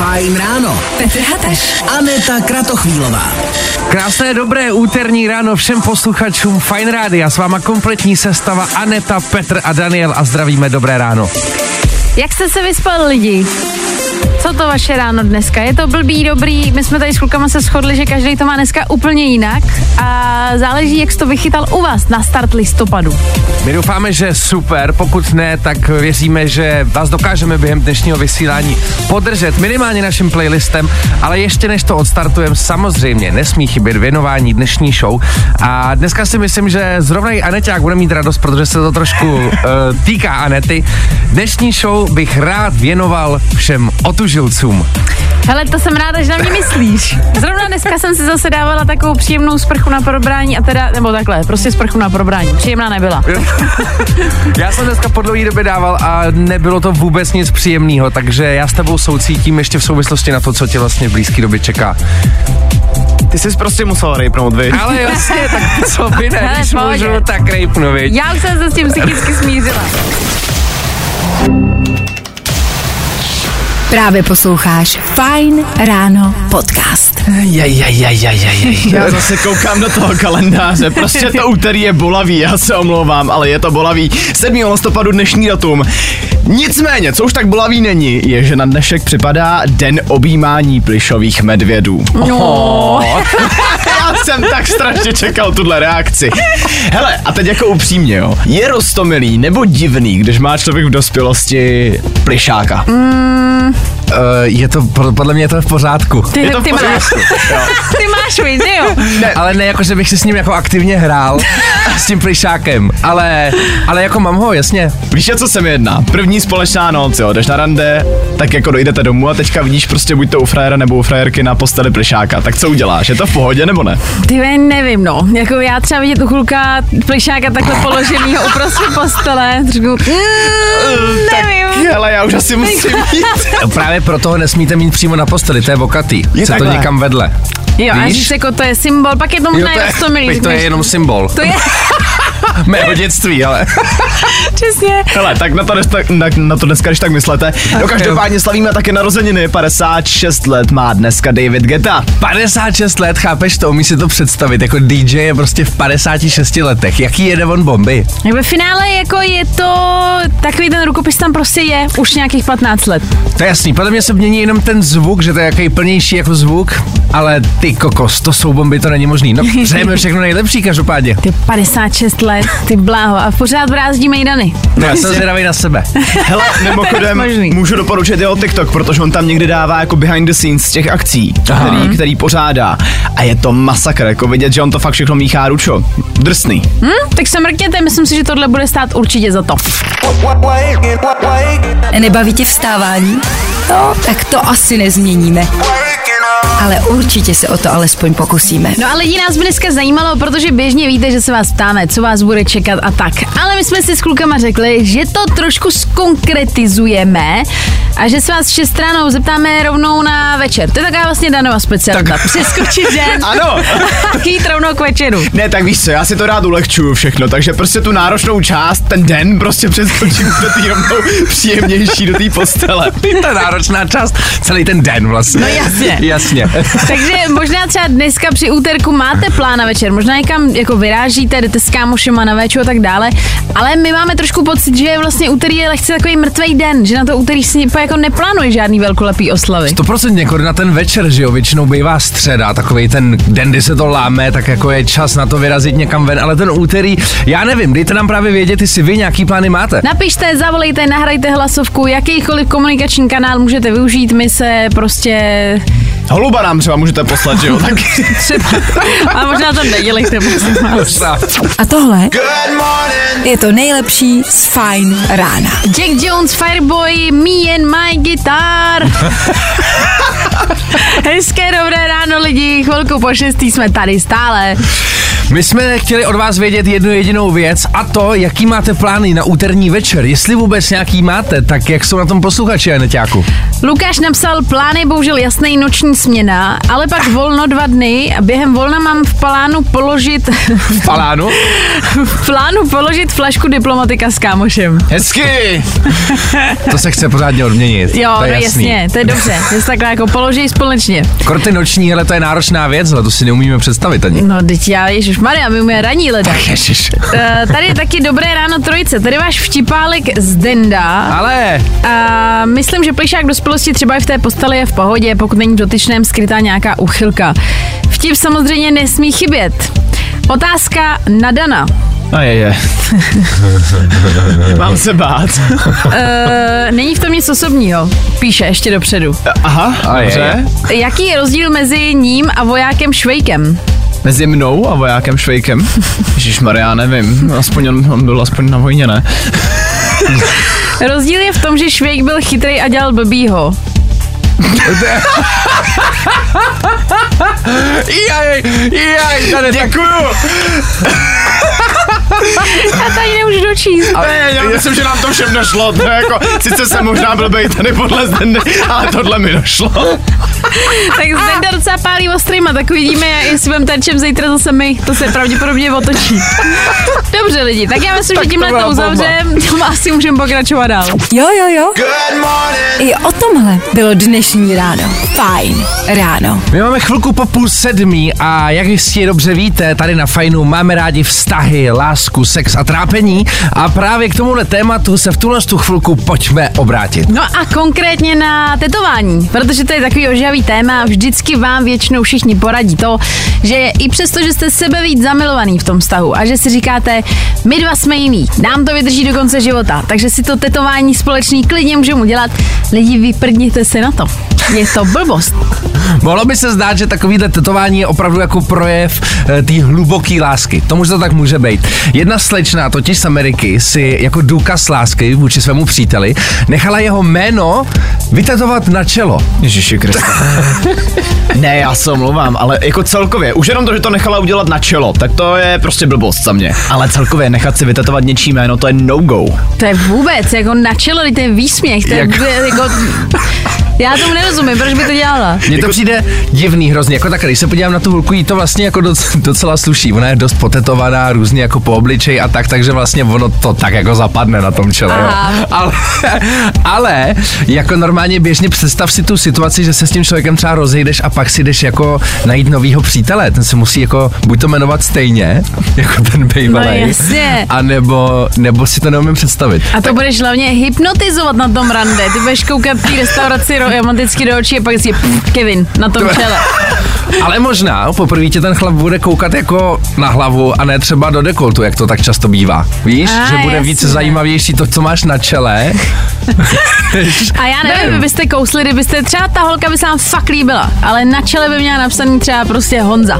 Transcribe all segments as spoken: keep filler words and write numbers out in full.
Fajn ráno. Petr Hateš. Aneta Kratochvílová. Krásné dobré úterní ráno všem posluchačům Fajn rádia. S váma kompletní sestava Aneta, Petr a Daniel a zdravíme dobré ráno. Jak jste se vyspali, lidi? Co to vaše ráno dneska? Je to blbý, dobrý? My jsme tady s klukama se shodli, že každý to má dneska úplně jinak a záleží, jak jsi to vychytal u vás na start listopadu. My doufáme, že super, pokud ne, tak věříme, že vás dokážeme během dnešního vysílání podržet minimálně naším playlistem, ale ještě než to odstartujeme, samozřejmě nesmí chybět věnování dnešní show a dneska si myslím, že zrovna i Aneťák bude mít radost, protože se to trošku uh, týká Anety. Dnešní show bych rád věnoval všem otužilcům. Hele, to jsem ráda, že na mě myslíš. Zrovna dneska jsem si zase dávala takovou příjemnou sprchu na probrání a teda, nebo takhle, prostě sprchu na probrání. Příjemná nebyla. Já jsem dneska po dlouhé době dával a nebylo to vůbec nic příjemného, takže já s tebou soucítím ještě v souvislosti na to, co tě vlastně v blízké době čeká. Ty jsi prostě musel rejpnout, viď? Ale jasně, tak co by ne, Hele, když pohodě. můžu, tak rejpnu, viď? Já už jsem se s tím psychicky smířila. Právě posloucháš Fajn ráno podcast. Jaj, jaj, jaj, jaj, jaj. Já zase koukám do toho kalendáře, prostě to úterý je bolavý, já se omlouvám, ale je to bolavý. sedmého listopadu dnešní datum. Nicméně, co už tak bolavý není, je, že na dnešek připadá den objímání plyšových medvědů. No. Já jsem tak strašně čekal tuhle reakci. Hele, a teď jako upřímně, jo. Je roztomilý nebo divný, když má člověk v dospělosti plyšáka? Mm. Uh, je to, podle mě je to v pořádku. Ty, Je to v ty máš, pořádku. ty máš vy, ty jo. Ne, ale ne jako, že bych si s ním jako aktivně hrál, s tím plyšákem, ale, ale jako mám ho, jasně. Víš, co se mi jedná? První společná noc, jo, jdeš na rande, tak jako dojdete domů a teďka vidíš prostě buď to u frajera nebo u frajerky na posteli plyšáka. Tak co uděláš? Je to v pohodě nebo ne? Ty nevím, no. Jako já třeba vidět u chulka plišáka takhle položenýho uprostřed postele, řeknu, mm, nevím. Hele, já už asi musím jít. Právě proto ho nesmíte mít přímo na posteli, to je vokatý. Je Chce to takhle. někam vedle. Jo, a Víš? říct jako to je symbol, pak je to možná Jo, to i je, roztomilý. to je jenom symbol. To je, Mého dětství, ale. přesně. Hele, tak na to, dneska, na, na to dneska, když tak myslete. No každopádně slavíme také narozeniny, padesát šest let má dneska David Guetta. padesát šest let, chápeš to, umíš si to představit, jako D J je prostě v padesáti šesti letech. Jaký jede on bomby? Ve finále jako je to, takový ten rukopis tam prostě je už nějakých patnáct let. To je jasný, podle mě se mění jenom ten zvuk, že to je jaký plnější jako zvuk, ale ty kokos, to jsou bomby, to není možný. No, přejeme všechno nejlepší každopádně. Ty padesát šest let, ty bláho, a pořád brázdíme i Dany. No, já jsem zvědavý na sebe. Hele, mimochodem, To je možný. můžu doporučit jeho TikTok, protože on tam někdy dává jako behind the scenes z těch akcí, který, který pořádá. A je to masakr, jako vidět, že on to fakt všechno míchá ručo. Drsný. Hm? Tak se mrkněte, myslím si, že tohle bude stát určitě za to. Nebaví tě vstávání? No, tak to asi nezměníme. Ale určitě se o to alespoň pokusíme. No a lidi, nás by dneska zajímalo, protože běžně víte, že se vás ptáme, co vás bude čekat a tak. Ale my jsme si s klukama řekli, že to trošku skonkretizujeme a že se vás šest ránou zeptáme rovnou na večer. To je taková vlastně Danova specialita. Tak. Přeskočit den. Ano. Jít rovnou k večeru. Ne, tak víš co, já si to rád ulehčuju všechno, takže prostě tu náročnou část, ten den prostě přeskočím do té rovnou příjemnější, do té postele. Ta náročná část, celý ten den vlastně. No jasně. Jasně. Takže možná třeba dneska při úterku máte plán na večer, možná někam jako vyrážíte, jdete s kámošema na večer a tak dále, ale my máme trošku pocit, že vlastně úterý je lehce takový mrtvý den, že na to úterý si jako neplánuje žádný velkolepý oslavy. sto procent jako na ten večer, že jo, většinou bývá středa, takový ten den, kdy se to láme, tak jako je čas na to vyrazit někam ven, ale ten úterý, já nevím, dejte nám právě vědět, jestli vy nějaký plány máte. Napište, zavolejte, nahrajte hlasovku, jakýkoliv komunikační kanál můžete využít, my se prostě Holuba nám třeba můžete poslat, že jo? Tak... třeba, a možná to nedělejte, prosím vás. A tohle je to nejlepší z Fajn rána. Jack Jones, Fireboy, Me and My Guitar. Hezké dobré ráno lidi, chvilku po šestý jsme tady stále. My jsme chtěli od vás vědět jednu jedinou věc a to, jaký máte plány na úterní večer. Jestli vůbec nějaký máte, tak jak jsou na tom posluchači, Aneťáku? Lukáš napsal, plány bohužel jasný, noční směna, ale pak volno dva dny a během volna mám v plánu položit... V palánu? v plánu položit flašku diplomatika s kámošem. Hezky! To se chce pořádně odměnit. Jo, to je no jasný. jasně, to je dobře. To je takhle jako položí společně. Korty noční, ale to je náročná věc, ale to si neumíme představit ani. No, teď já, ježišmarja, my umíme raní leda. Ježiš. Uh, tady je taky dobré ráno trojice. Tady váš vtipálek z Denda. Ale... A myslím, že plišák dospělosti třeba i v té posteli je v pohodě, pokud není v dotyčném skrytá nějaká uchylka. Vtip samozřejmě nesmí chybět. Otázka na Dana. A je, je. Mám se bát. uh, není v tom nic osobního, píše ještě dopředu. Aha, A dobře. je. Jaký je rozdíl mezi ním a vojákem Švejkem? Mezi mnou a vojákem Švejkem? Ježišmarja, nevím. Aspoň on, on byl aspoň na vojně, ne? Rozdíl je v tom, že Švejk byl chytrý a dělal blbýho. Jaj, jaj, tady Děkuju! Já tady nemůžu dočíst. Ne, já myslím, že nám to všem došlo. To je jako, sice jsem možná byl bej tady podle Zdendy, ale tohle mi došlo. Tak Zdenda docela pálí ostrýma, tak uvidíme, jestli budeme terčem zítra zase my. To se pravděpodobně otočí. Dobře lidi, tak já myslím, Tak že to tímhle byla to bomba. uzavřem. Asi můžeme pokračovat dál. Jo, jo, jo. I o tomhle bylo dnešní ráno. Fajn ráno. My máme chvilku po půl sedmí a jak jistě dobře víte, tady na Fajnu máme rádi vztahy, lásku, sex a trápení a právě k tomuhle tématu se v tuhle tu chvilku pojďme obrátit. No a konkrétně na tetování, protože to je takový ožavý téma a vždycky vám většinou všichni poradí to, že i přesto, že jste sebe víc zamilovaný v tom vztahu a že si říkáte, my dva jsme jiný, nám to vydrží do konce života, takže si to tetování společný klidně můžeme udělat, lidi vyprdněte se na to. Je to blbost. Mohlo by se zdát, že takovýhle tetování je opravdu jako projev e, té hluboké lásky. Tomu, že to tak může být. Jedna slečna, totiž z Ameriky, si jako důkaz lásky vůči svému příteli nechala jeho jméno vytetovat na čelo. Ježiši Kriste. Ne, já se omlouvám, ale jako celkově, už jenom to, že to nechala udělat na čelo, tak to je prostě blbost za mě. Ale celkově nechat si vytetovat něčí jméno, to je no-go. To je vůbec, jako na čelo, to je výsměch, to je Jak- jako... Já tomu nerozumím, proč by to dělala? Mně to přijde divný hrozně, jako takhle, když se podívám na tu hulku, jí to vlastně jako doc, docela sluší. Ona je dost potetovaná, různě jako po obličeji a tak, takže vlastně ono to tak jako zapadne na tom čele. Jo. Ale, ale jako normálně běžně představ si tu situaci, že se s tím člověkem třeba rozejdeš a pak si jdeš jako najít novýho přítele. Ten se musí jako buď to jmenovat stejně, jako ten bývalej, No jasně. a nebo, nebo si to neumím představit. A to budeš hlavně hypnotizovat na tom rande. Ty budeš koukat v té restauraci romanticky do očí a pak si pff, Kevin na tom čele. Ale možná poprvé tě ten chlap bude koukat jako na hlavu a ne třeba do dekoltu, jak to tak často bývá. Víš, A, že bude jasně. víc zajímavější to, co máš na čele. A já nevím, vy byste kousli, kdybyste třeba ta holka by se vám fakt líbila, ale na čele by měla napsaný třeba prostě Honza.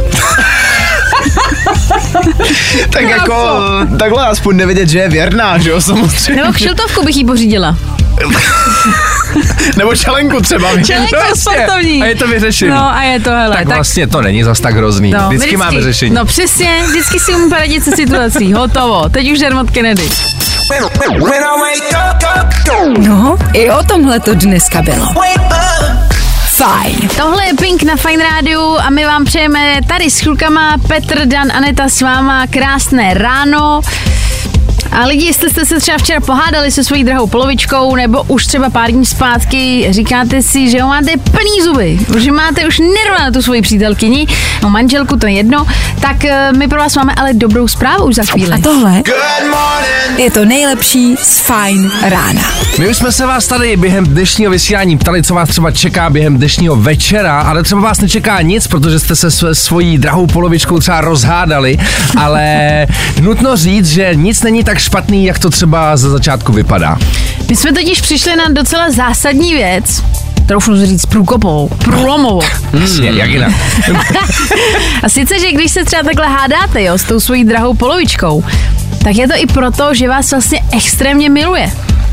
Tak jako, takhle aspoň nevědět, že je věrná, že jo, samozřejmě. Nebo kšiltovku bych jí pořídila. Nebo čelenku třeba. víš? Čelenku No jasně. sportovní. A je to vyřešený. No a je to, hele. tak, vlastně to není zas tak hrozný. no, my vždycky, máme řešení. No přesně, vždycky si umím poradit se situací. Hotovo. Teď už Dermot Kennedy. No, i o tomhle to dneska bylo. Fajn. Tohle je Pink na Fajn rádiu a my vám přejeme tady s chvilkama Petr, Dan, Aneta s váma krásné ráno. A lidi, jestli jste se třeba včera pohádali se svojí drahou polovičkou, nebo už třeba pár dní zpátky říkáte si, že ho máte plný zuby, že máte už nerva na tu svoji přítelkyni, no manželku, to je jedno, tak eh, my pro vás máme ale dobrou zprávu už za chvíli. A tohle je to nejlepší z Fajn rána. My už jsme se vás tady během dnešního vysílání ptali, co vás třeba čeká během dnešního večera, ale třeba vás nečeká nic, protože jste se s svojí drahou polovičkou třeba rozhádali, ale nutno říct, že nic není tak špatný, jak to třeba za začátku vypadá. My jsme totiž přišli na docela zásadní věc, troufnu si říct průkopovou, průlomovou. Jasně, jak jinak. A sice, že když se třeba takhle hádáte, jo, s tou svojí drahou polovičkou, tak je to i proto, že vás vlastně extrémně miluje.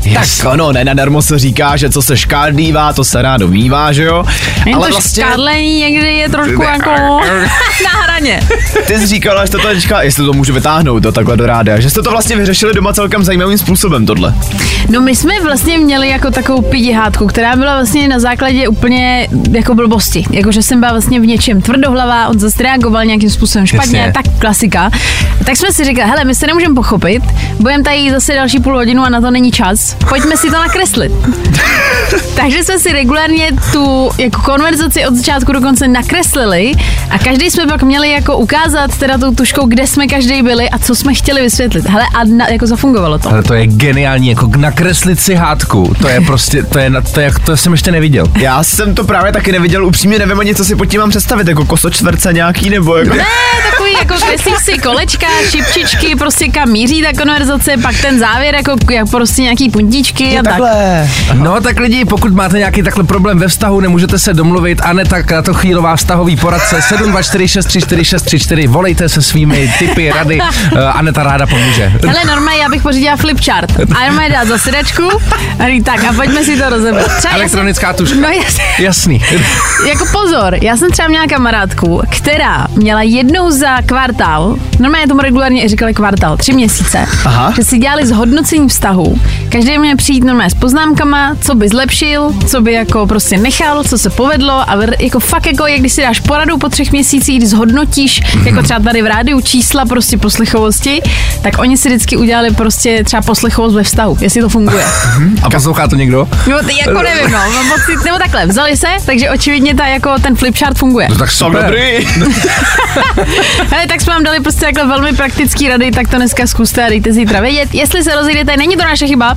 Yes. Tak no, nenadarmo se říká, že co se škádlívá, to se rádo mívá, že jo? Jen ale to vlastně... škádlení někdy je trošku ne. jako na hraně. Ty jsi říkala, že to teďka, jestli to můžu vytáhnout to takhle do rádia, že jste to vlastně vyřešili doma celkem zajímavým způsobem tohle. No my jsme vlastně měli jako takovou pidi hádku, která byla vlastně na základě úplně jako blbosti. Jakože jsem byla vlastně v něčem tvrdohlavá, on zase reagoval nějakým způsobem špatně, Jasně. tak klasika. Tak jsme si říkali, hele, my se nemůžeme pochopit, budeme tady zase další půl hodinu a na to není čas. Pojďme si to nakreslit. Takže jsme si regulárně tu jako konverzaci od začátku do konce nakreslili a každý jsme pak měli jako ukázat teda tou tuškou, kde jsme každý byli a co jsme chtěli vysvětlit. Hele, a na, jako zafungovalo to. Ale to je geniální, jako nakreslit si hádku. To je prostě, to je, to je, to jsem ještě neviděl. Já jsem to právě taky neviděl, upřímně nevím ani, co si pod tím mám představit, jako kosočtverce nějaký nebo jako... Ne, takový jako kreslíš si kolečka, šipčičky, prostě kam míří ta konverzace, pak ten závěr jako, jako prostě nějaký puntíčky a takhle. tak. No tak lidi, pokud máte nějaký takhle problém ve vztahu, nemůžete se domluvit, Aneta Kratochvílová, vztahový poradce sedm dva čtyři šest tři čtyři šest tři čtyři, volejte se svými tipy, rady, uh, Aneta ráda pomůže. Hele, normálně já bych pořídila flipchart a normálně dát za sedačku a říct tak a pojďme si to rozebrat. Třeba Elektronická jsem, tuška. No jasný. Jasný. Jako pozor, já jsem třeba měla kamarádku, která měla jednou za kvartál, normálně tomu regulárně říkali kvartál, tři měsíce, Aha. že si dělali zhodnocení vztahu. Každý měl přijít normálně s poznámkama, co by zlepšil, co by jako prostě nechal, co se povedlo a jako fakt jako, jak když si dáš poradu po třech měsících, když zhodnotíš, mm-hmm. jako třeba tady v rádiu čísla prostě poslechovosti, tak oni si vždycky udělali prostě třeba poslechovost ve vztahu, jestli to funguje. A poslouchá to někdo? No, jako nevím, no, pocit, nebo takhle, vzali se, takže očividně ta, jako ten flipchart funguje. No tak super. Dobrý. Hele, tak jsme vám dali prostě jako velmi praktický rady, tak to dneska zkuste a dejte zítra vědět. Jestli se rozejdete, není to naše chyba.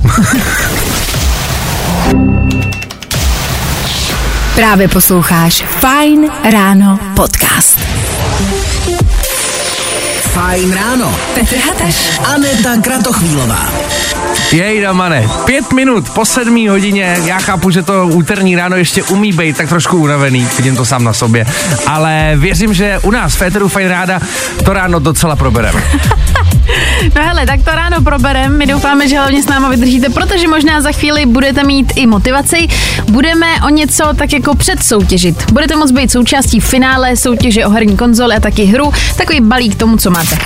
Právě posloucháš Fajn ráno podcast. Fajn ráno. Petr Hataš. Aneta Kratochvílová. Jej, Damane, pět minut po sedmý hodině, já chápu, že to úterní ráno ještě umí být tak trošku unavený, vidím to sám na sobě, ale věřím, že u nás v Féteru Fajn ráda to ráno docela probereme. No hele, tak to ráno probereme, my doufáme, že hlavně s náma vydržíte, protože možná za chvíli budete mít i motivaci, budeme o něco tak jako předsoutěžit. Budete moct být součástí finále soutěže o herní konzoli a taky hru, takový balík tomu, co máte.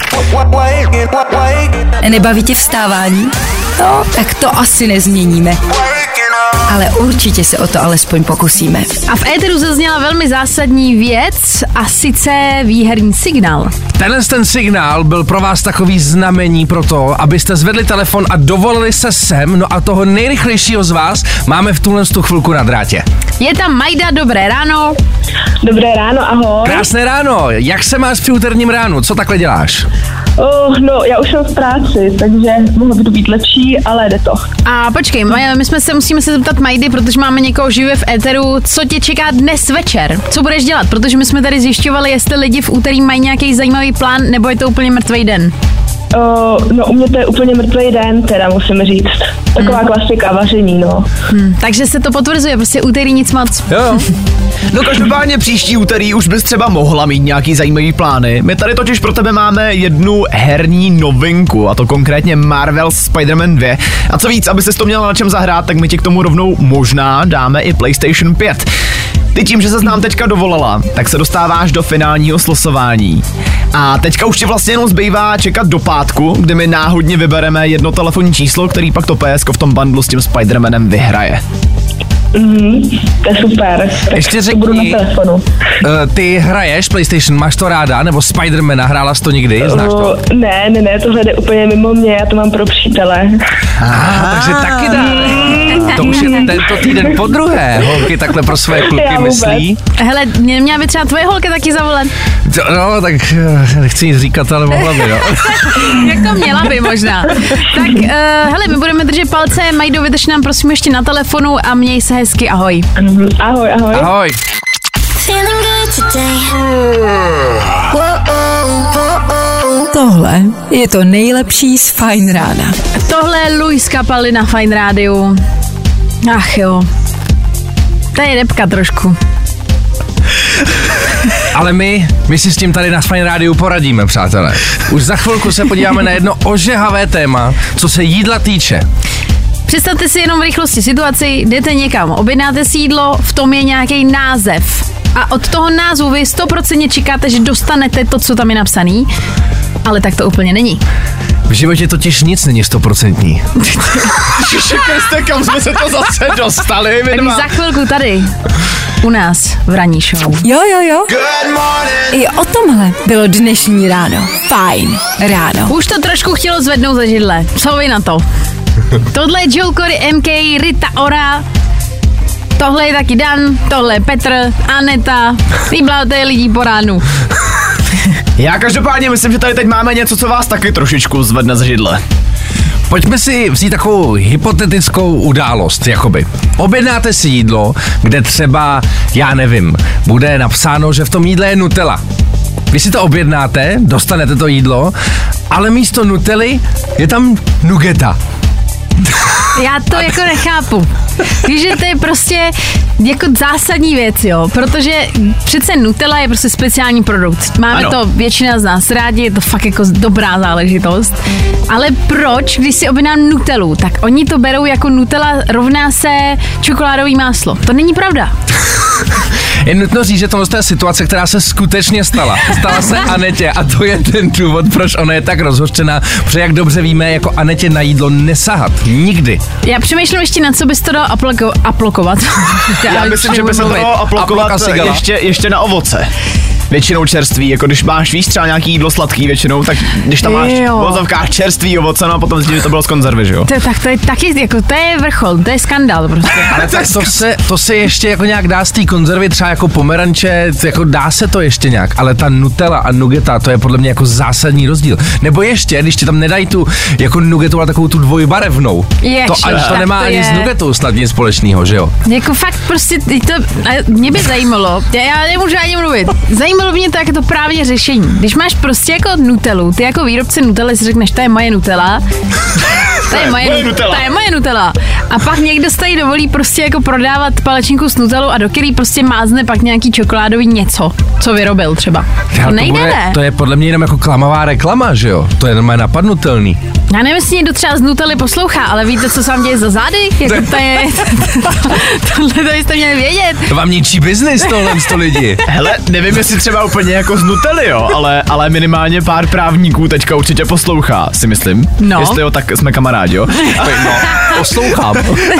Nebaví tě vstávání? No, tak to asi nezměníme. Ale určitě se o to alespoň pokusíme. A v éteru zazněla velmi zásadní věc a sice výherní signál. Tenhle ten signál byl pro vás takový znamení pro to, abyste zvedli telefon a dovolili se sem, no a toho nejrychlejšího z vás máme v tuhle tu chvilku na drátě. Je tam Majda, dobré ráno. Dobré ráno, ahoj. Krásné ráno, jak se máš při úterním ránu, co takhle děláš? Oh, no, já už jsem v práci, takže mohlo by to být lepší, ale jde to. A počkej, Maja, my jsme se musíme se zeptat Majdy, protože máme někoho živě v éteru, co tě čeká dnes večer? Co budeš dělat? Protože my jsme tady zjišťovali, jestli lidi v úterý mají nějaký zajímavý plán, nebo je to úplně mrtvý den. Uh, no u mě to je úplně mrtvý den, teda musím říct. Taková hmm. klasika vaření, no. Hmm. Takže se to potvrzuje, prostě úterý nic moc. Jo. No každopádně příští úterý už bys třeba mohla mít nějaký zajímavý plány. My tady totiž pro tebe máme jednu herní novinku, a to konkrétně Marvel Spider-Man dva. A co víc, aby ses to měla na čem zahrát, tak my ti k tomu rovnou možná dáme i PlayStation pět. Ty tím, že ses nám teďka dovolala, tak se dostáváš do finálního slosování. A teďka už ti vlastně jenom zbývá čekat do pátku, kdy my náhodně vybereme jedno telefonní číslo, který pak to P S ko v tom bundlu s tím Spider-Manem vyhraje. Mhm, to je super. Tak ještě řekni, to budu na telefonu. Uh, ty hraješ PlayStation, máš to ráda, nebo Spider-Mana, hrála jsi to někdy, znáš to? Uh, ne, ne, ne, tohle jde úplně mimo mě, já to mám pro přítele. Aha, takže taky dá. To už je tento týden po druhé, holky takhle pro své kluky myslí. Hele, měla by třeba tvoje holka taky zavolat. No, tak nechci nic říkat, ale mohla by, no. Jak to měla by možná. Tak, uh, hele, my budeme držet palce, Majdo, vydrž nám prosím ještě na telefonu a měj se hezky, ahoj. Ahoj, ahoj. Ahoj. Tohle je to nejlepší z Fajn rána. Tohle je Luis Capaldi na Fajn rádiu. Ach jo. To je depka trošku. Ale my, my si s tím tady na Fajn rádiu poradíme, přátelé. Už za chvilku se podíváme na jedno ožehavé téma, co se jídla týče. Představte si jenom v rychlosti situaci, jdete někam, objednáte si jídlo, v tom je nějaký název. A od toho názvu vy sto procent čekáte, že dostanete to, co tam je napsaný, ale tak to úplně není. V životě totiž nic není stoprocentní. Kriste, kam jsme se to zase dostali? Tak za chvilku tady, u nás v ranní show. Jo, jo, jo. I o tomhle bylo dnešní ráno. Fajn ráno. Už to trošku chtělo zvednout za židle. Co vy na to? Tohle je Joel Corey, M K, Rita Ora. Tohle je taky Dan, tohle je Petr, Aneta. Líbila to je lidí po ránu. Já každopádně myslím, že tady teď máme něco, co vás taky trošičku zvedne za židle. Pojďme si vzít takovou hypotetickou událost, jakoby. Objednáte si jídlo, kde třeba, já nevím, bude napsáno, že v tom jídle je Nutella. Když si to objednáte, dostanete to jídlo, ale místo Nutelly je tam nugeta. Já to jako nechápu. Víš, že to je prostě jako zásadní věc, jo, protože přece Nutella je prostě speciální produkt. Máme ano. to většina z nás rádi, je to fakt jako dobrá záležitost. Ale proč, když si objednám Nutellu, tak oni to berou jako Nutella rovná se čokoládový máslo. To není pravda. Je nutno říct, že tohle je situace, která se skutečně stala. Stala se Anetě a to je ten důvod, proč ona je tak rozhořčená, protože jak dobře víme, jako Anetě na jídlo nesahat. Nikdy. Já přemýšlím ještě, na co bys to dal aploko- aplokovat. Já, Já myslím, že by se to dalo aplokovat ještě, ještě na ovoce. Většinou čerství, jako když máš, víš, třeba nějaký jídlo sladký většinou, tak když tam máš v vozovkách čerstvý ovoce, no a potom zjistíš, že to bylo z konzervy, že jo? To, tak to je taky, jako to je vrchol, to je skandál prostě. Ale tak to se, to se ještě jako nějak dá z té konzervy, třeba jako pomeranče, jako dá se to ještě nějak, ale ta Nutella a nugeta, to je podle mě jako zásadní rozdíl. Nebo ještě, když ti tam nedají tu jako nugetu, ale takovou tu dvojbarevnou. Ježiš, to, až to nemá to ani je... s nugetou snad nic společného, že jo? Jako fakt prostě, to, mě by zajímalo, já, já nemůžu ani mluvit, zajímalo mě to, jak je to právě řešení. Když máš prostě jako Nutellu, ty jako výrobce Nutelly si řekneš, to je moje Nutella, to je moje Nutella, to je moje Nutella. A pak někdo se tady dovolí prostě jako prodávat palečinku s Nutellou a do který prostě mázne pak nějaký čokoládový něco, co vyrobil třeba. To nejde, to, bude, ne? To je podle mě jenom jako klamavá reklama, že jo? To je normálně napadnutelný. Já nevím, jestli někdo třeba z Nutelly poslouchá, ale víte, co se vám děje za zády? Jako to je, tohle to byste měli vědět. To vám ničí biznis tohle sto lidi. Hele, nevím, jestli třeba úplně jako z Nutelly, jo, ale, ale minimálně pár právníků teďka určitě poslouchá, si myslím. No. Jestli jo, tak jsme kamarádi, jo. No, poslouchám.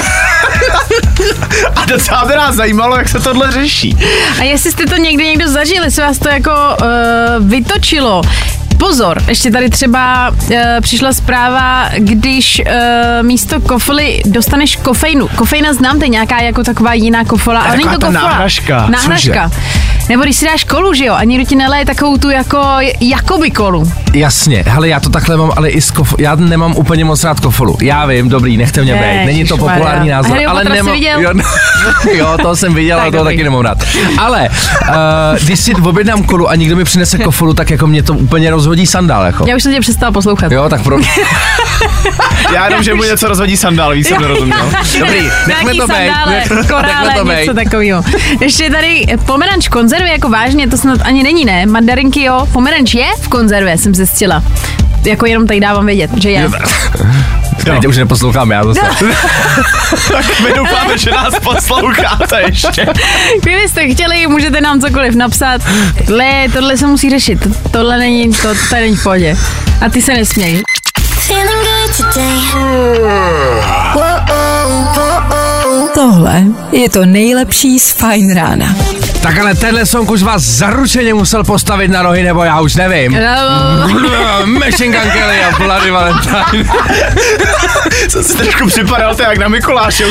A docela by nás zajímalo, jak se tohle řeší. A jestli jste to někdy někdo zažili, jestli vás to jako uh, vytočilo. Pozor, ještě tady třeba uh, přišla zpráva, když uh, místo kofely dostaneš kofeinu. Kofeina znám, to je nějaká jako taková jiná kofola, ale není to kofola. Náhražka. Náhražka. Nebo když si dáš kolu, že jo, a někdo ti neleje takovou tu jako jakoby kolu. Jasně, hele, já to takhle mám, ale i s kofolu. Já nemám úplně moc rád kofolu. Já vím, dobrý, nechte mě být. Není to populární názor, ale nemám. Jo, jo, to jsem viděl, ale toho taky nemám rád. Ale uh, když si objednám kolu a někdo mi přinese kofolu, tak jako mě to úplně rozhodí sandál, jako. Já už jsem tě přestala poslouchat. Jo, tak pro. Já jenom, že mu něco rozhodí sandál, víc jsem nerozuměl. Dobrý, nechme to být. Korále, něco takového. Ještě tady pomeranč konzervy, jako vážně, to snad ani není, ne? Mandarinky, jo. Pomeranč je v konzervě, jsem zjistila. Jako jenom tady dávám vědět, že je. No. Teď už neposlouchám, já zase. Tak my doufáme, že nás posloucháte ještě. Kdybyste chtěli, můžete nám cokoliv napsat. Tohle, tohle se musí řešit. Tohle není, to, to není v pohodě. A ty se nesměj. Tohle je to nejlepší z Fajn rána. Tak ale tenhle song už vás zaručeně musel postavit na nohy, nebo já už nevím. No. Machine Gun Kelly a Bloody Valentine. Jsem si trošku připadal to jak na Mikuláše.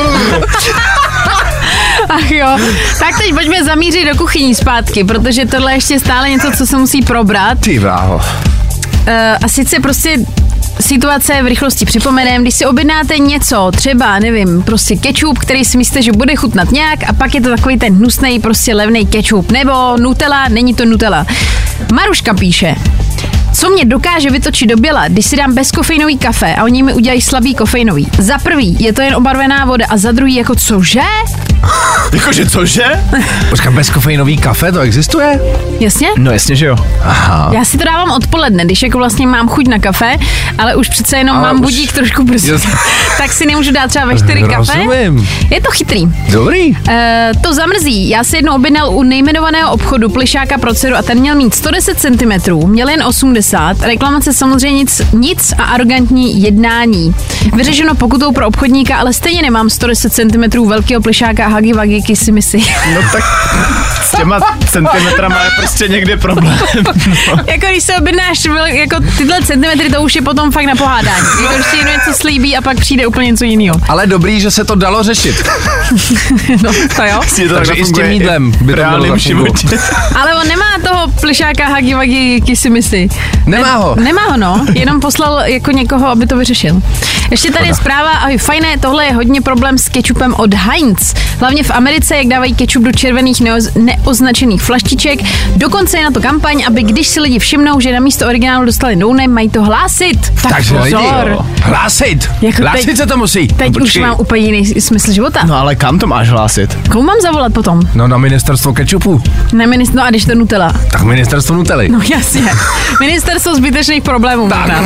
Ach jo, tak teď pojďme zamířit do kuchyní zpátky, protože tohle je ještě stále něco, co se musí probrat. Ty bráho. Uh, a sice prostě situace v rychlosti připomenem, když si objednáte něco, třeba, nevím, prostě kečup, který si myslíte, že bude chutnat nějak a pak je to takový ten hnusnej, prostě levnej kečup, nebo Nutella, není to Nutella. Maruška píše, co mě dokáže vytočit do běla, když si dám bezkofeinový kafe a oni mi udělají slabý kofeinový. Za prvý je to jen obarvená voda a za druhý jako cože? Jakože cože? Počkej, bezkofeinový kafe, to existuje? Jasně? No jasně, že jo. Aha. Já si to dávám odpoledne, když jako vlastně mám chuť na kafe, ale už přece jenom Ale mám už- budík trošku brzy, Jas- tak si nemůžu dát třeba ve čtyři kafe. Rozumím. Je to chytrý. Dobrý. Uh, to zamrzí. Já si jednou objednal u nejmenovaného obchodu plišáka pro dceru a ten měl mít sto deset centimetrů, měl jen osmdesát, reklamace samozřejmě nic, nic a arrogantní jednání. Vyřešeno pokutou pro obchodníka, ale stejně nemám sto deset centimetrů velkého plišáka Huggy Wuggy Kissy Missy. No tak s těma centimetrama je prostě někde problém. No. Jako když se objednáš vel- jako tyhle centimetry, to už je potom fakt na pohádání. Jako když ti někdo něco slíbí a pak přijde úplně něco jiného. Ale dobrý, že se to dalo řešit. No, to jo. Jestli to Takže takhle i s tím funguje jídlem v by to mělo reálném zafungovat. životě. Ale on nemá toho plišáka Huggy Wuggy Kissy Missy. Nemá ho. Nemá ho, no. Jenom poslal jako někoho, aby to vyřešil. Ještě tady je zpráva, ahoj, fajné, tohle je hodně problém s kečupem od Heinz. Hlavně v Americe, jak dávají kečup do červených neoz, neoznačených flaštiček. Dokonce je na to kampaň, aby když si lidi všimnou, že na místo originálu dostali no name, mají to hlásit. Tak Takže lidi, pozor. hlásit. Jako Hlásit teď- se to musí. Teď No, už mám úplně jiný smysl života. No ale kam to máš hlásit? Komu mám zavolat potom? No na ministerstvo kečupu. Ne, minist- no a když to Nutella. Tak ministerstvo Nutelly. No jasně. Ministerstvo zbytečných problémů. možná.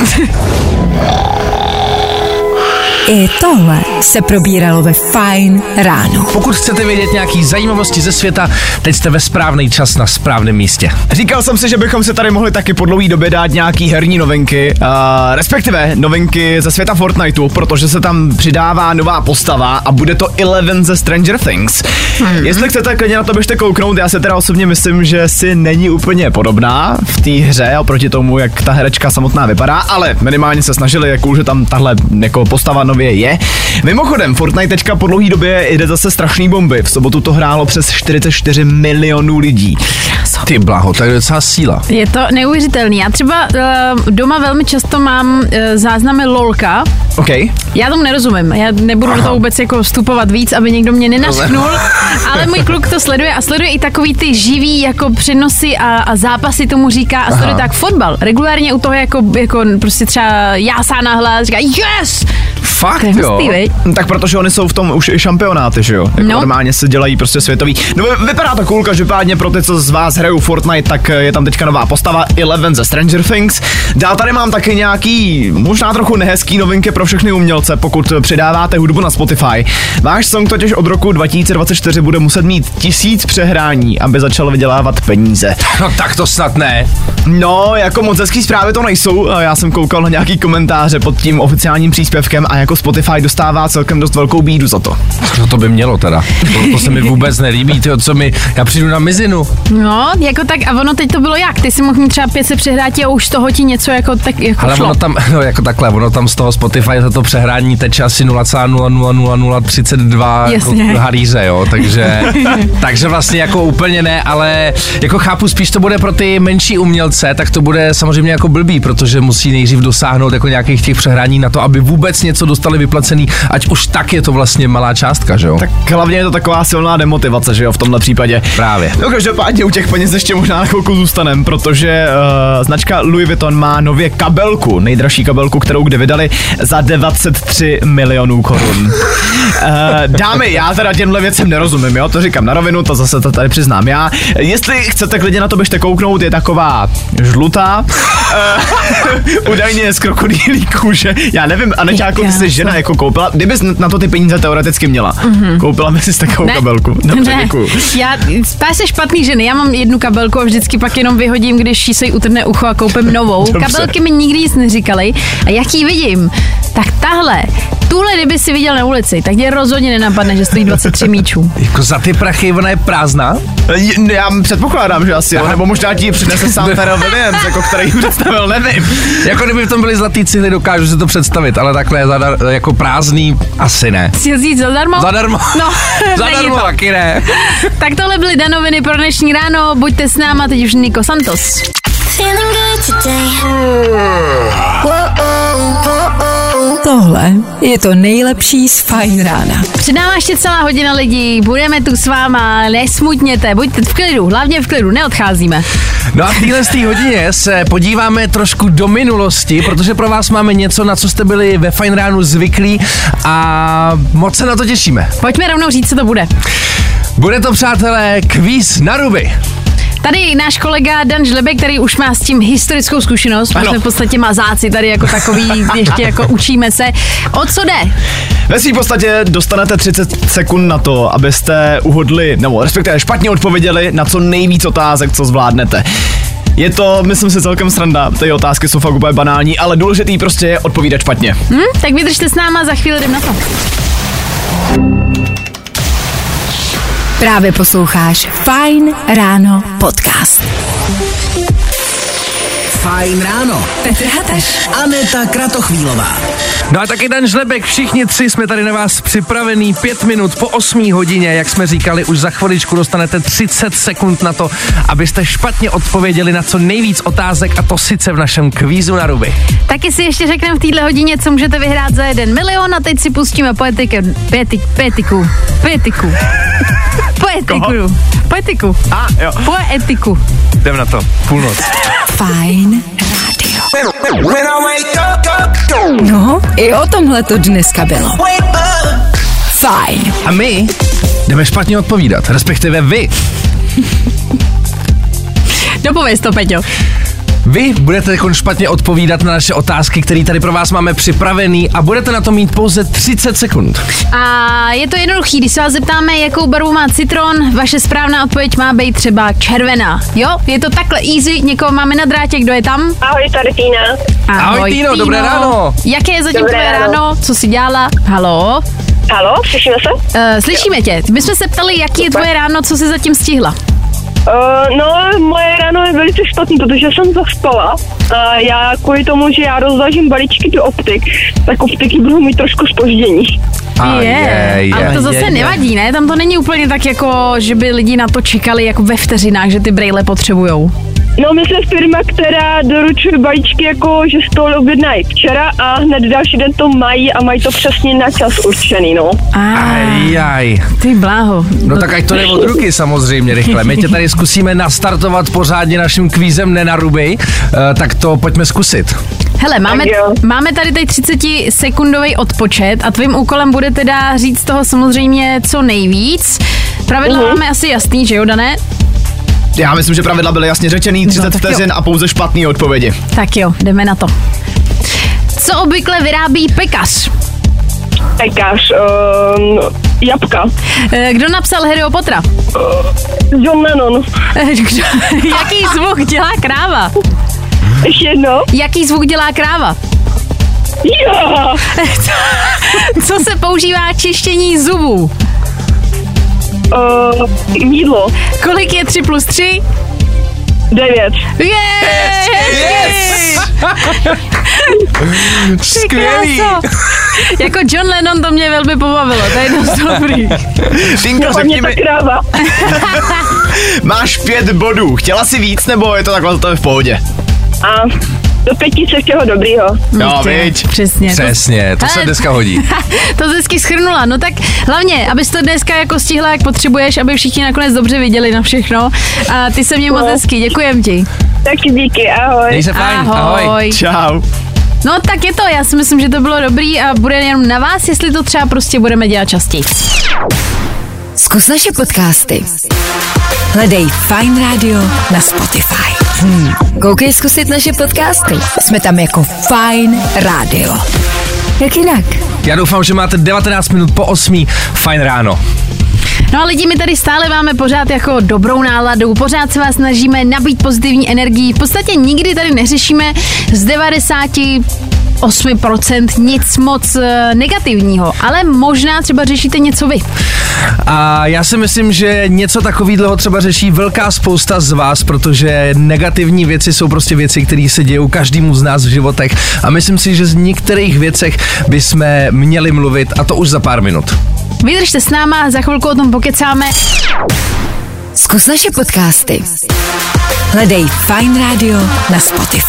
I tohle se probíralo ve Fajn ráno. Pokud chcete vědět nějaký zajímavosti ze světa, teď jste ve správný čas na správném místě. Říkal jsem si, že bychom se tady mohli taky po dlouhý době dát nějaký herní novinky, uh, respektive novinky ze světa Fortniteu, protože se tam přidává nová postava a bude to Eleven ze Stranger Things. Hmm. Jestli chcete, klidně na to běžte kouknout, já se teda osobně myslím, že si není úplně podobná v té hře oproti tomu, jak ta herečka samotná vypadá, ale minimálně se snažili, jak už tam tahle jako postava nově je. Mimochodem, Fortnite teďka po dlouhý době jde zase strašný bomby. V sobotu to hrálo přes čtyřicet čtyři milionů lidí. Ty blaho, to je docela síla. Je to neuvěřitelný. Já třeba uh, doma velmi často mám uh, záznamy lolka. OK. Já tomu nerozumím. Já nebudu Aha. do toho vůbec jako vstupovat víc, aby někdo mě nenařknul, ale můj kluk to sleduje a sleduje i takový ty živý jako přenosy a, a zápasy tomu říká a sleduje tak fotbal. Regulárně u toho jako, jako prostě třeba jásá na hlas, říká yes! Fakt, To je jo. hustý, viď? Tak protože oni jsou v tom už i šampionáty, že jo? Jako No. Normálně se dělají prostě světový. No vy- vypadá to cool, každopádně pro ty, co z vás hrajou Fortnite, tak je tam teďka nová postava Eleven ze Stranger Things. Dál tady mám taky nějaký, možná trochu nehezký novinky pro všechny umělce, pokud přidáváte hudbu na Spotify. Váš song totiž od roku dva tisíce dvacet čtyři bude muset mít tisíc přehrání, aby začal vydělávat peníze. No tak to snad ne. No, jako moc hezký zprávy to nejsou. Já jsem koukal na nějaký komentáře pod tím oficiálním příspěvkem a jako Spotify dostává celkem dost velkou bídu za to. No to by mělo teda. To, to se mi vůbec nelíbí, tyjo, co mi, já přijdu na mizinu. No, jako tak a ono teď to bylo jak? Ty si mohl mít třeba pět se přehrát a už z toho ti něco jako tak jako Ale šlo. ono tam, no jako takhle, ono tam z toho Spotify za to přehrání teče asi nula celá nula nula nula nula třicet dva Jasně. jako haríře, jo, takže, takže vlastně jako úplně ne, ale jako chápu, spíš to bude pro ty menší umělce, tak to bude samozřejmě jako blbý, protože musí nejdřív dosáhnout jako nějakých těch přehrání na to, aby vůbec něco dostali vyplacený, ať už tak je to vlastně malá částka, že jo. Tak hlavně je to taková silná demotivace, že jo, v tomhle případě. Právě. No každopádně u těch peněz ještě možná na chvilku zůstanem, protože uh, značka Louis Vuitton má nově kabelku, nejdražší kabelku, kterou kdy vydali, za dvacet tři milionů korun. Uh, dámy, já teda těmhle věcem nerozumím, jo, to říkám na rovinu, to zase to tady přiznám já. Jestli chcete klidně na to běžte kouknout, je taková žlutá, uh, údajně z krokodýlí kůže, já nevím, Aneťáko, ty jsi žena, jako koupila, kdybys na to ty peníze teoreticky měla, mm-hmm. koupila bys si takovou Ne. kabelku. Dobře, ne, děkuju. já, ptáš se špatný ženy, já mám jednu kabelku a vždycky pak jenom vyhodím, když jí se jí utrhne ucho a koupím novou. Dobře. Kabelky mi nikdy nic neříkali a jak ji vidím, tak tahle, tuhle kdyby si viděl na ulici, tak tě rozhodně nenapadne, že stojí dvacet tři míčů. Jako za ty prachy ona je prázdná? J- Já předpokládám, že asi jo, nebo možná ti ji přinese sám Pharrell Williams, jako který ji představil, nevím. Jako kdyby v tom byly zlatý cihly, dokážu si to představit, ale takhle zadar, jako prázdný asi ne. Chci jít zadarmo? Zadarmo. No, není Zadarmo to. taky ne. Tak tohle byly danoviny pro dnešní ráno, buďte s náma, teď už Nico Santos. Feeling good today. Whoa, oh, whoa, oh. Tohle je to nejlepší z Fajn rána. Před náma ještě celá hodina lidí, budeme tu s váma, nesmutněte, buďte v klidu, hlavně v klidu, neodcházíme. No a v téhle hodině se podíváme trošku do minulosti, protože pro vás máme něco, na co jste byli ve Fajn ránu zvyklí a moc se na to těšíme. Pojďme rovnou říct, co to bude. Bude to, přátelé, kvíz na ruby. Tady náš kolega Dan Žlebek, který už má s tím historickou zkušenost, my jsme v podstatě mazáci tady jako takový, ještě jako učíme se. O co jde? Ve svým podstatě dostanete třicet sekund na to, abyste uhodli, nebo respektive špatně odpověděli na co nejvíc otázek, co zvládnete. Je to, myslím si, celkem sranda, ty otázky jsou fakt úplně banální, ale důležitý prostě je odpovídat špatně. Hm, tak vydržte s náma, za chvíli jdem na to. Právě posloucháš Fajn ráno podcast. Fajn ráno. Petr Hateš. Aneta Kratochvílová. No a taky Dan Žlebek, všichni tři jsme tady na vás připravený, pět minut po osmé hodině, jak jsme říkali, už za chviličku dostanete třicet sekund na to, abyste špatně odpověděli na co nejvíc otázek, a to sice v našem kvízu na ruby. Taky si ještě řekneme v téhle hodině, co můžete vyhrát za jeden milion, a teď si pustíme poetiku, poetik, poetiku, poetiku, poetiku, poetiku, A jo. poetiku. Jdem na to, půlnoc. Fajn rádio. No, i o tomhle to dneska bylo. Fajn. A my jdeme špatně odpovídat, respektive vy. Dopověz to, Peťo. Vy budete jako špatně odpovídat na naše otázky, které tady pro vás máme připravený, a budete na to mít pouze třicet sekund. A je to jednoduchý, když se vás zeptáme, jakou barvu má citron, vaše správná odpověď má být třeba červená. Jo, je to takhle easy, někoho máme na drátě, kdo je tam? Ahoj, tady Týna. Ahoj, Týno, dobré ráno. Jaké je zatím Dobré tvoje ráno. ráno? Co jsi dělala? Halo? Halo, slyšíme se? Uh, slyšíme tě. My jsme se ptali, jaký je tvoje ráno, co jsi zatím stihla? Uh, no, moje ráno je velice špatný, protože jsem zaspala. Uh, já kvůli tomu, že já rozvážím balíčky do optik, tak optiky budou mít trošku zpoždění. Je, ale to zase je, nevadí, ne? Tam to není úplně tak jako, že by lidi na to čekali jako ve vteřinách, že ty brejle potřebujou. No, my jsme firma, která doručuje balíčky, jako že z toho objednají včera a hned další den to mají a mají to přesně na čas určený, no. Ajaj. Ty bláho. No tak ať to jde od ruky samozřejmě rychle. My tě tady zkusíme nastartovat pořádně naším kvízem ne na ruby, uh, tak to pojďme zkusit. Hele, máme, Tak jo. máme tady teď třicet sekundový odpočet a tvým úkolem bude teda říct toho samozřejmě co nejvíc. Pravidla Mhm. máme asi jasný, že jo, Dané? Já myslím, že pravidla byly jasně řečený, třicet No, tak jo. vteřin a pouze špatný odpovědi. Tak jo, jdeme na to. Co obvykle vyrábí pekař? Pekař, um, jabka, Eh, Kdo napsal Harryho Pottera? John Lennon, Eh, Kdo, jaký zvuk dělá kráva? ještě jedno. Jaký zvuk dělá kráva? Jo! Co se používá k čištění zubů? Uh, mídlo, Kolik je tři plus tři? devět. Yes! Yes! Skvělý! Jako John Lennon to mě velmi pobavilo, to je dost dobrý. Tinko, Hlavně řekni ta mi, kráva. máš pět bodů. Chtěla si víc, nebo je to takhle to je v pohodě? A do pětice všeho dobrýho. Jo, viď. Přesně. Přesně, to se Hele, dneska hodí. To jsi hezky schrnula, no tak hlavně, abys to dneska jako stihla, jak potřebuješ, aby všichni nakonec dobře viděli na všechno. A ty se mě moc No. hezky, děkujem ti. Taky díky, ahoj. Měj se fajn, ahoj. Ahoj. Čau. No tak je to, já si myslím, že to bylo dobrý a bude jenom na vás, jestli to třeba prostě budeme dělat častěji. Zkus naše podcasty. Hledej Fajn rádio na Spotify. Hmm. Koukej zkusit naše podcasty. Jsme tam jako Fajn rádio. Jak jinak? Já doufám, že máte devatenáct minut po osmé. Fajn ráno. No a lidi, my tady stále máme pořád jako dobrou náladu, pořád se vás snažíme nabít pozitivní energii, v podstatě nikdy tady neřešíme z devadesát osm procent nic moc e, negativního, ale možná třeba řešíte něco vy. A já si myslím, že něco takového třeba řeší velká spousta z vás, protože negativní věci jsou prostě věci, které se dějou každému z nás v životech, a myslím si, že z některých věcech bychom měli mluvit, a to už za pár minut. Vydržte s náma, za chvilku o tom pokecáme. Zkus naše podcasty. Hledej Fajn rádio na Spotify.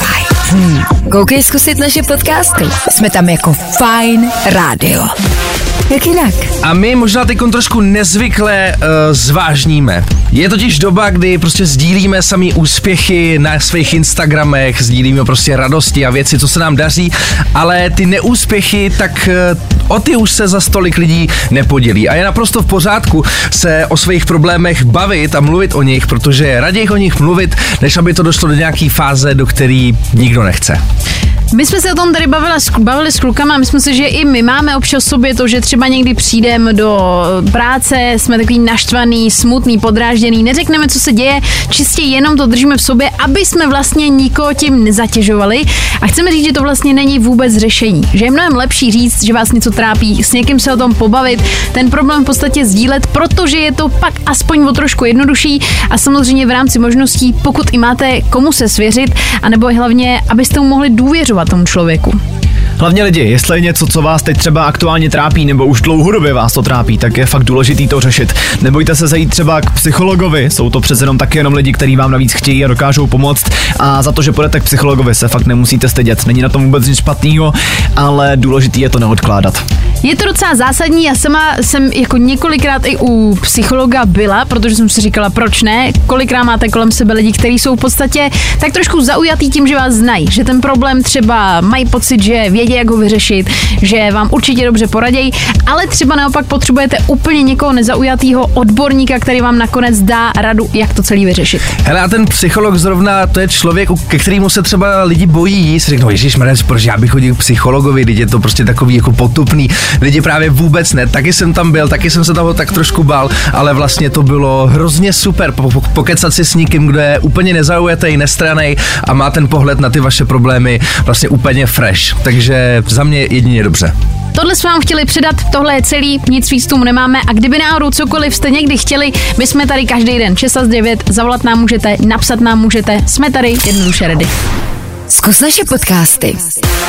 Hmm. Koukej zkusit naše podcasty. Jsme tam jako Fajn rádio. Jak jinak? A my možná teď trošku nezvykle uh, zvážníme. Je totiž doba, kdy prostě sdílíme samý úspěchy na svých Instagramech, sdílíme prostě radosti a věci, co se nám daří, ale ty neúspěchy, tak uh, o ty už se za stolik lidí nepodělí. A je naprosto v pořádku se o svých problémech bavit a mluvit o nich, protože raději o nich mluvit, než aby to došlo do nějaký fáze, do které nikdo nechce. My jsme se o tom tady bavili, bavili s klukama a myslím si, že i my máme občas sobě to, že třeba někdy přijdeme do práce, jsme takový naštvaný, smutný, podrážděný, neřekneme, co se děje, čistě jenom to držíme v sobě, aby jsme vlastně nikoho tím nezatěžovali a chceme říct, že to vlastně není vůbec řešení. Že je mnohem lepší říct, že vás něco trápí, s někým se o tom pobavit, ten problém v podstatě sdílet, protože je to pak aspoň o trošku jednodušší a samozřejmě v rámci možností, pokud i máte komu se svěřit, anebo hlavně, abyste mu mohli důvěřovat tomu člověku. Hlavně lidi, jestli je něco, co vás teď třeba aktuálně trápí nebo už dlouhodobě vás to trápí, tak je fakt důležitý to řešit. Nebojte se zajít třeba k psychologovi, jsou to přece jenom taky jenom lidi, kteří vám navíc chtějí a dokážou pomoct a za to, že půjdete k psychologovi, se fakt nemusíte stydět. Není na tom vůbec nic špatného, ale důležitý je to neodkládat. Je to docela zásadní, já sama jsem jako několikrát i u psychologa byla, protože jsem si říkala, proč ne, kolikrát máte kolem sebe lidi, kteří jsou v podstatě tak trošku zaujatý tím, že vás znají, že ten problém třeba mají pocit, že vědí, jak ho vyřešit, že vám určitě dobře poradějí, ale třeba naopak potřebujete úplně někoho nezaujatýho odborníka, který vám nakonec dá radu, jak to celý vyřešit. Hele, a ten psycholog zrovna, to je člověk, ke kterému se třeba lidi bojí, si řeknou, ježišmarja, proč já bych chodil k psychologovi, teď je to prostě takový jako potupný. Lidi právě vůbec ne, taky jsem tam byl, taky jsem se toho tak trošku bál, ale vlastně to bylo hrozně super pokecat si s někým, kdo je úplně nezaujatý, nestranný a má ten pohled na ty vaše problémy vlastně úplně fresh, takže za mě jedině dobře. Tohle jsme vám chtěli předat, tohle je celý, nic víc tomu nemáme a kdyby náhodou cokoliv jste někdy chtěli, my jsme tady každý den šest až devět, zavolat nám můžete, napsat nám můžete, jsme tady jednoduše ready. Zkus naše podcasty.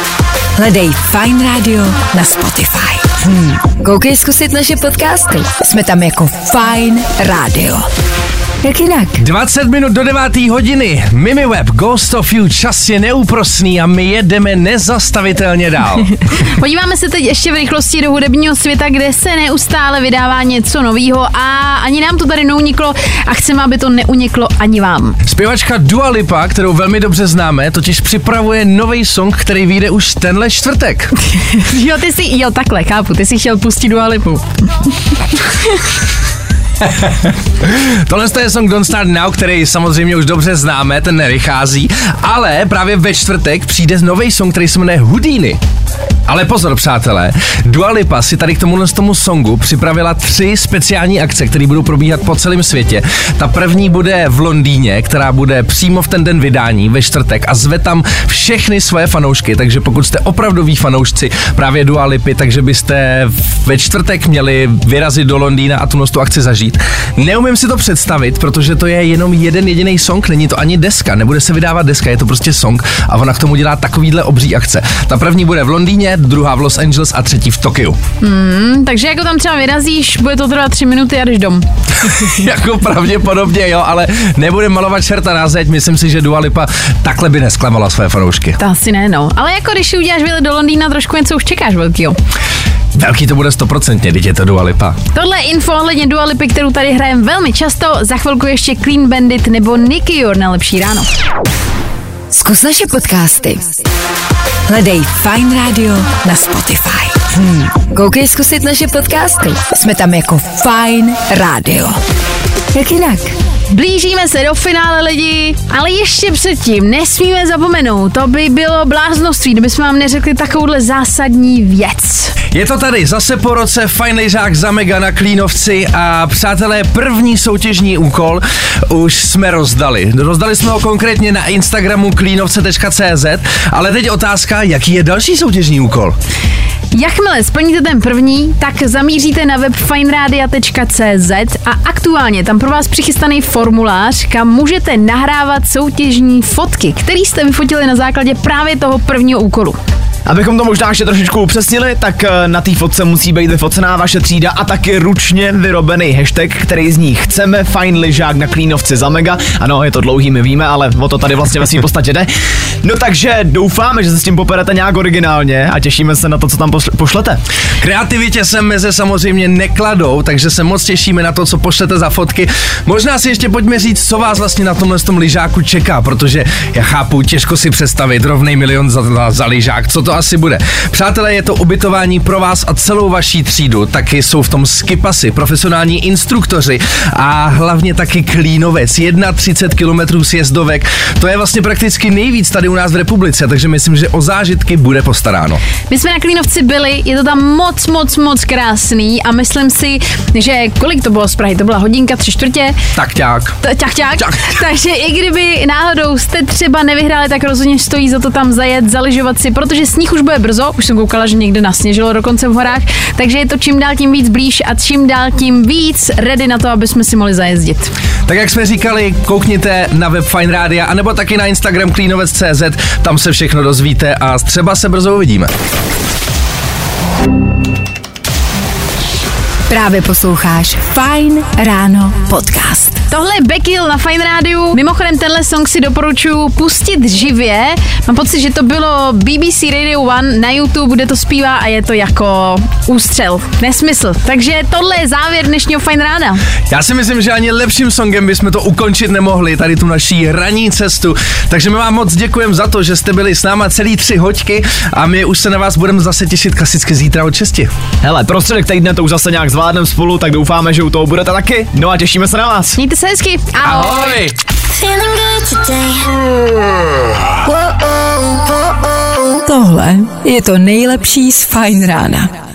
Hledej Fajn rádio na Spotify. Hmm. Koukej zkusit naše podcasty. Jsme tam jako Fajn rádio. Jak jinak? dvacet minut do deváté hodiny. Mimi Web, Ghost of You, čas je neúprosný a my jedeme nezastavitelně dál. Podíváme se teď ještě v rychlosti do hudebního světa, kde se neustále vydává něco novýho a ani nám to tady neuniklo a chceme, aby to neuniklo ani vám. Zpěvačka Dua Lipa, kterou velmi dobře známe, totiž připravuje nový song, který vyjde už tenhle čtvrtek. Jo, ty si, jo, takhle, chápu, ty si chtěl pustit Dua Lipu. Tohle je song Don't Start Now, který samozřejmě už dobře známe, ten nevychází, ale právě ve čtvrtek přijde nový song, který se jmenuje Houdini. Ale pozor, přátelé, Dua Lipa si tady k tomu, tomu songu připravila tři speciální akce, které budou probíhat po celém světě. Ta první bude v Londýně, která bude přímo v ten den vydání ve čtvrtek a zve tam všechny svoje fanoušky, takže pokud jste opravdoví fanoušci právě Dua Lipy, takže byste ve čtvrtek měli vyrazit do Londýna a tu tu akci zažít. Neumím si to představit, protože to je jenom jeden jediný song, není to ani deska, nebude se vydávat deska, je to prostě song a ona k tomu dělá takovýhle obří akce. Ta první bude v Londýně, druhá v Los Angeles a třetí v Tokiu. Hmm, takže jako tam třeba vyrazíš, bude to trvat tři minuty a jdeš dom. Jako pravděpodobně jo, ale nebude malovat čerta na zeď, myslím si, že Dua Lipa takhle by nesklamala své fanoušky. To asi ne, no. Ale jako když si uděláš výlet do Londýna, trošku něco už čekáš velkýho. Velký to bude stoprocentně, teď je to Dua Lipa. Tohle je info ohledně Dua Lipy, kterou tady hrajeme velmi často, za chvilku ještě Clean Bandit nebo Nicky Your na Lepší ráno. Zkus naše podcasty. Hledej Fajn rádio na Spotify. Hmm. Koukej zkusit naše podcasty. Jsme tam jako Fajn rádio. Jak jinak? Blížíme se do finále, lidi, ale ještě předtím nesmíme zapomenout, to by bylo bláznoství, kdybychom vám neřekli takovouhle zásadní věc. Je to tady zase po roce Fajnejřák za Mega na Klínovci a přátelé, první soutěžní úkol už jsme rozdali. Rozdali jsme ho konkrétně na Instagramu klínovce tečka cé zet, ale teď otázka, jaký je další soutěžní úkol? Jakmile splníte ten první, tak zamíříte na web fajnradia tečka cé zet a aktuálně tam pro vás přichystaný formulář, kam můžete nahrávat soutěžní fotky, které jste vyfotili na základě právě toho prvního úkolu. Abychom to možná ještě trošičku upřesnili, tak na té fotce musí být vyfocená vaše třída a taky ručně vyrobený hashtag, který zní chceme fajn lyžák na Klínovci za mega. Ano, je to dlouhý, my víme, ale o to tady vlastně ve svým podstatě jde. No takže doufáme, že se s tím poperete nějak originálně a těšíme se na to, co tam pošlete. Kreativitě se meze samozřejmě nekladou, takže se moc těšíme na to, co pošlete za fotky. Možná si ještě pojďme říct, co vás vlastně na tomhle tom lyžáku čeká, protože já chápu, těžko si představit rovnej milion za, za, za lyžák, co to asi bude. Přátelé, je to ubytování pro vás a celou vaší třídu, taky jsou v tom skipasy, profesionální instruktoři a hlavně taky Klínovec, třicet jedna kilometrů sjezdovek, to je vlastně prakticky nejvíc tady u nás v republice, takže myslím, že o zážitky bude postaráno. My jsme na Klínovci byli, je to tam moc, moc, moc krásný a myslím si, že kolik to bylo z Prahy, to byla hodinka, tři čtvrtě. Tak ťák. Ťák, ťák. Takže i kdyby náhodou jste třeba nevyhráli, tak rozhodně stojí za to tam zajet, zaližovat si, protože sníh už bude brzo, už jsem koukala, že někde nasněžilo dokonce v horách, takže je to čím dál tím víc blíž a čím dál tím víc ready na to, aby jsme si mohli zajezdit. Tak jak jsme říkali, koukněte na web Fajn Rádia, anebo taky na Instagram klínovec tečka cé zet, tam se všechno dozvíte a třeba se brzo uvidíme. Právě posloucháš Fajn ráno podcast. Tohle je Becky Hill na Fajn rádiu. Mimochodem tenhle song si doporučuji pustit živě. Mám pocit, že to bylo B B C Radio One na YouTube, kde to zpívá a je to jako ústřel. Nesmysl. Takže tohle je závěr dnešního Fajn rána. Já si myslím, že ani lepším songem bychom to ukončit nemohli, tady tu naší ranní cestu. Takže my vám moc děkujeme za to, že jste byli s náma celý tři hoďky a my už se na vás budeme zase těšit klasicky zítra od šesti. Hele, prostředek týdne to už zase nějak zvládneme spolu, tak doufáme, že u toho budete taky. No a těšíme se na vás. Mějte se hezky. Ahoj. Tohle je to nejlepší z Fajn rána.